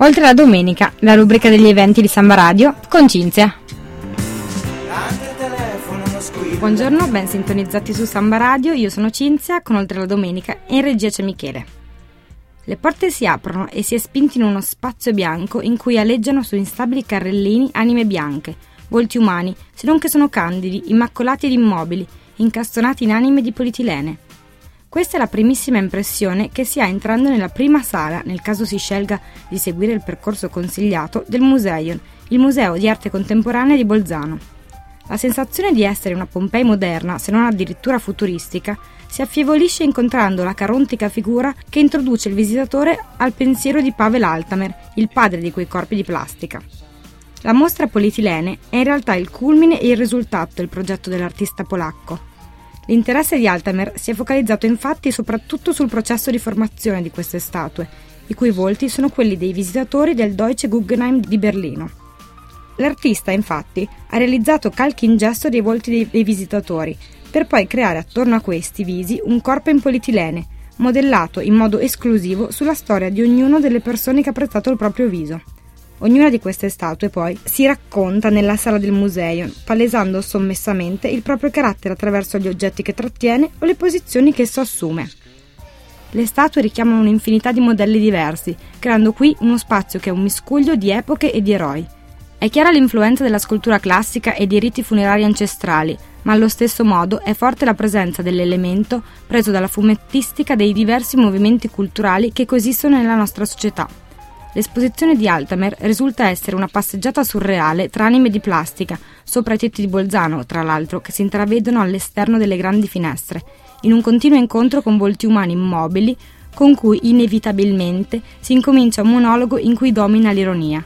Oltre la domenica, la rubrica degli eventi di Samba Radio con Cinzia. Buongiorno, ben sintonizzati su Samba Radio, io sono Cinzia con Oltre la domenica e in regia c'è Michele. Le porte si aprono e si è spinti in uno spazio bianco in cui aleggiano su instabili carrellini anime bianche, volti umani, se non che sono candidi, immacolati ed immobili, incastonati in anime di polietilene. Questa è la primissima impressione che si ha entrando nella prima sala, nel caso si scelga di seguire il percorso consigliato, del Museion, il Museo di Arte Contemporanea di Bolzano. La sensazione di essere una Pompei moderna, se non addirittura futuristica, si affievolisce incontrando la carontica figura che introduce il visitatore al pensiero di Pavel Altamer, il padre di quei corpi di plastica. La mostra polietilene è in realtà il culmine e il risultato del progetto dell'artista polacco. L'interesse di Altamer si è focalizzato infatti soprattutto sul processo di formazione di queste statue, i cui volti sono quelli dei visitatori del Deutsche Guggenheim di Berlino. L'artista, infatti, ha realizzato calchi in gesso dei volti dei visitatori, per poi creare attorno a questi visi un corpo in polietilene, modellato in modo esclusivo sulla storia di ognuna delle persone che ha prestato il proprio viso. Ognuna di queste statue poi si racconta nella sala del museo, palesando sommessamente il proprio carattere attraverso gli oggetti che trattiene o le posizioni che esso assume. Le statue richiamano un'infinità di modelli diversi, creando qui uno spazio che è un miscuglio di epoche e di eroi. È chiara l'influenza della scultura classica e dei riti funerari ancestrali, ma allo stesso modo è forte la presenza dell'elemento preso dalla fumettistica dei diversi movimenti culturali che coesistono nella nostra società. L'esposizione di Altamer risulta essere una passeggiata surreale tra anime di plastica, sopra i tetti di Bolzano, tra l'altro, che si intravedono all'esterno delle grandi finestre, in un continuo incontro con volti umani immobili, con cui inevitabilmente si incomincia un monologo in cui domina l'ironia.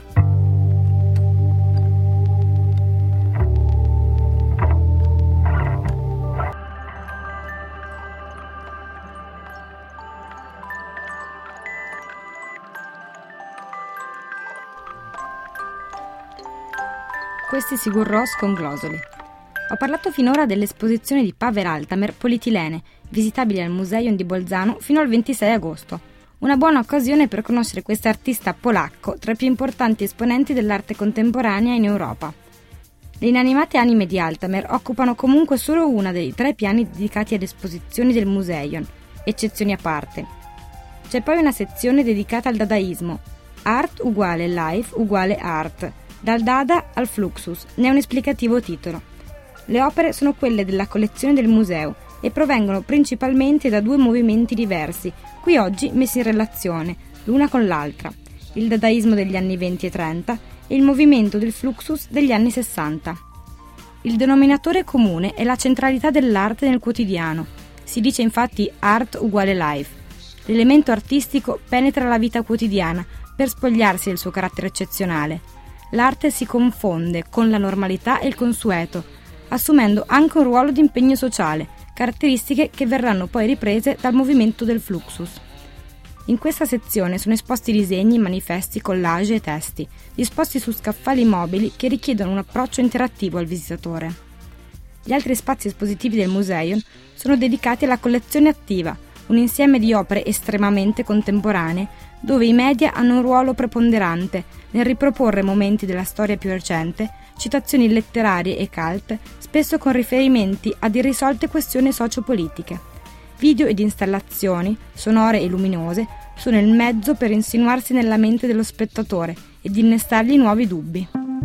Questi Sigur Rós con Glosoli. Ho parlato finora dell'esposizione di Pavel Altamer polietilene, visitabile al Museion di Bolzano fino al 26 agosto. Una buona occasione per conoscere questo artista polacco tra i più importanti esponenti dell'arte contemporanea in Europa. Le inanimate anime di Altamer occupano comunque solo uno dei 3 piani dedicati ad esposizioni del Museion, eccezioni a parte. C'è poi una sezione dedicata al dadaismo, art uguale life uguale art, dal Dada al Fluxus, ne è un esplicativo titolo. Le opere sono quelle della collezione del museo e provengono principalmente da 2 movimenti diversi, qui oggi messi in relazione, l'una con l'altra, il dadaismo degli anni 20 e 30 e il movimento del Fluxus degli anni 60. Il denominatore comune è la centralità dell'arte nel quotidiano, si dice infatti art uguale life. L'elemento artistico penetra la vita quotidiana per spogliarsi del suo carattere eccezionale. L'arte si confonde con la normalità e il consueto, assumendo anche un ruolo di impegno sociale, caratteristiche che verranno poi riprese dal movimento del Fluxus. In questa sezione sono esposti disegni, manifesti, collage e testi, disposti su scaffali mobili che richiedono un approccio interattivo al visitatore. Gli altri spazi espositivi del Museion sono dedicati alla collezione attiva, un insieme di opere estremamente contemporanee, dove i media hanno un ruolo preponderante nel riproporre momenti della storia più recente, citazioni letterarie e cult, spesso con riferimenti ad irrisolte questioni sociopolitiche. Video ed installazioni, sonore e luminose, sono il mezzo per insinuarsi nella mente dello spettatore ed innestargli nuovi dubbi.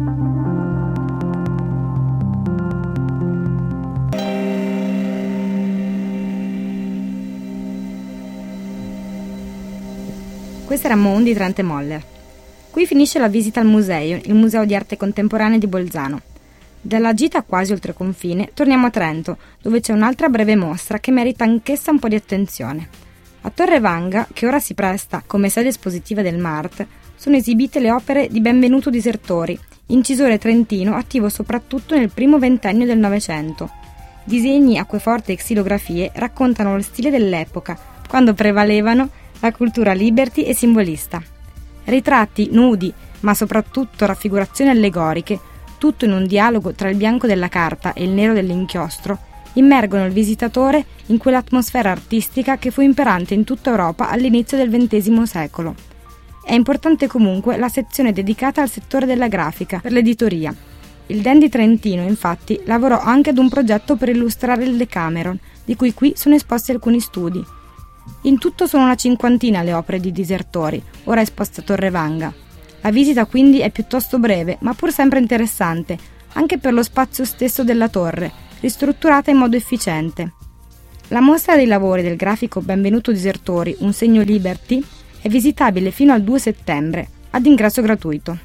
Questo era Moon di Trent Moller. Qui finisce la visita al museo, il Museo di Arte Contemporanea di Bolzano. Dalla gita quasi oltre confine torniamo a Trento, dove c'è un'altra breve mostra che merita anch'essa un po' di attenzione. A Torre Vanga, che ora si presta come sede espositiva del MART, sono esibite le opere di Benvenuto Disertori, incisore trentino attivo soprattutto nel primo ventennio del Novecento. Disegni, acqueforti e xilografie raccontano lo stile dell'epoca, quando prevalevano la cultura liberty e simbolista. Ritratti nudi, ma soprattutto raffigurazioni allegoriche, tutto in un dialogo tra il bianco della carta e il nero dell'inchiostro, immergono il visitatore in quell'atmosfera artistica che fu imperante in tutta Europa all'inizio del XX secolo. È importante comunque la sezione dedicata al settore della grafica, per l'editoria. Il Dandy trentino, infatti, lavorò anche ad un progetto per illustrare il Decameron, di cui qui sono esposti alcuni studi. In tutto sono una cinquantina le opere di Disertori, ora esposte a Torrevanga. La visita quindi è piuttosto breve, ma pur sempre interessante, anche per lo spazio stesso della torre, ristrutturata in modo efficiente. La mostra dei lavori del grafico Benvenuto Disertori, un segno Liberty, è visitabile fino al 2 settembre, ad ingresso gratuito.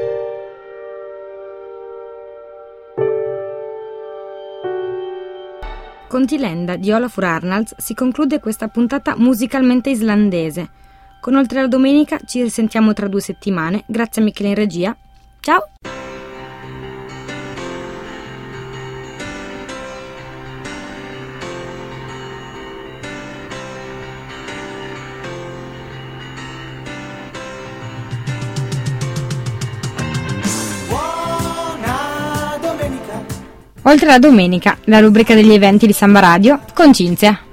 Con Tilenda di Olafur Arnalds si conclude questa puntata musicalmente islandese. Con Oltre la Domenica ci risentiamo tra 2 settimane, grazie a Michele in regia. Ciao! Oltre la Domenica, la rubrica degli eventi di Samba Radio con Cinzia.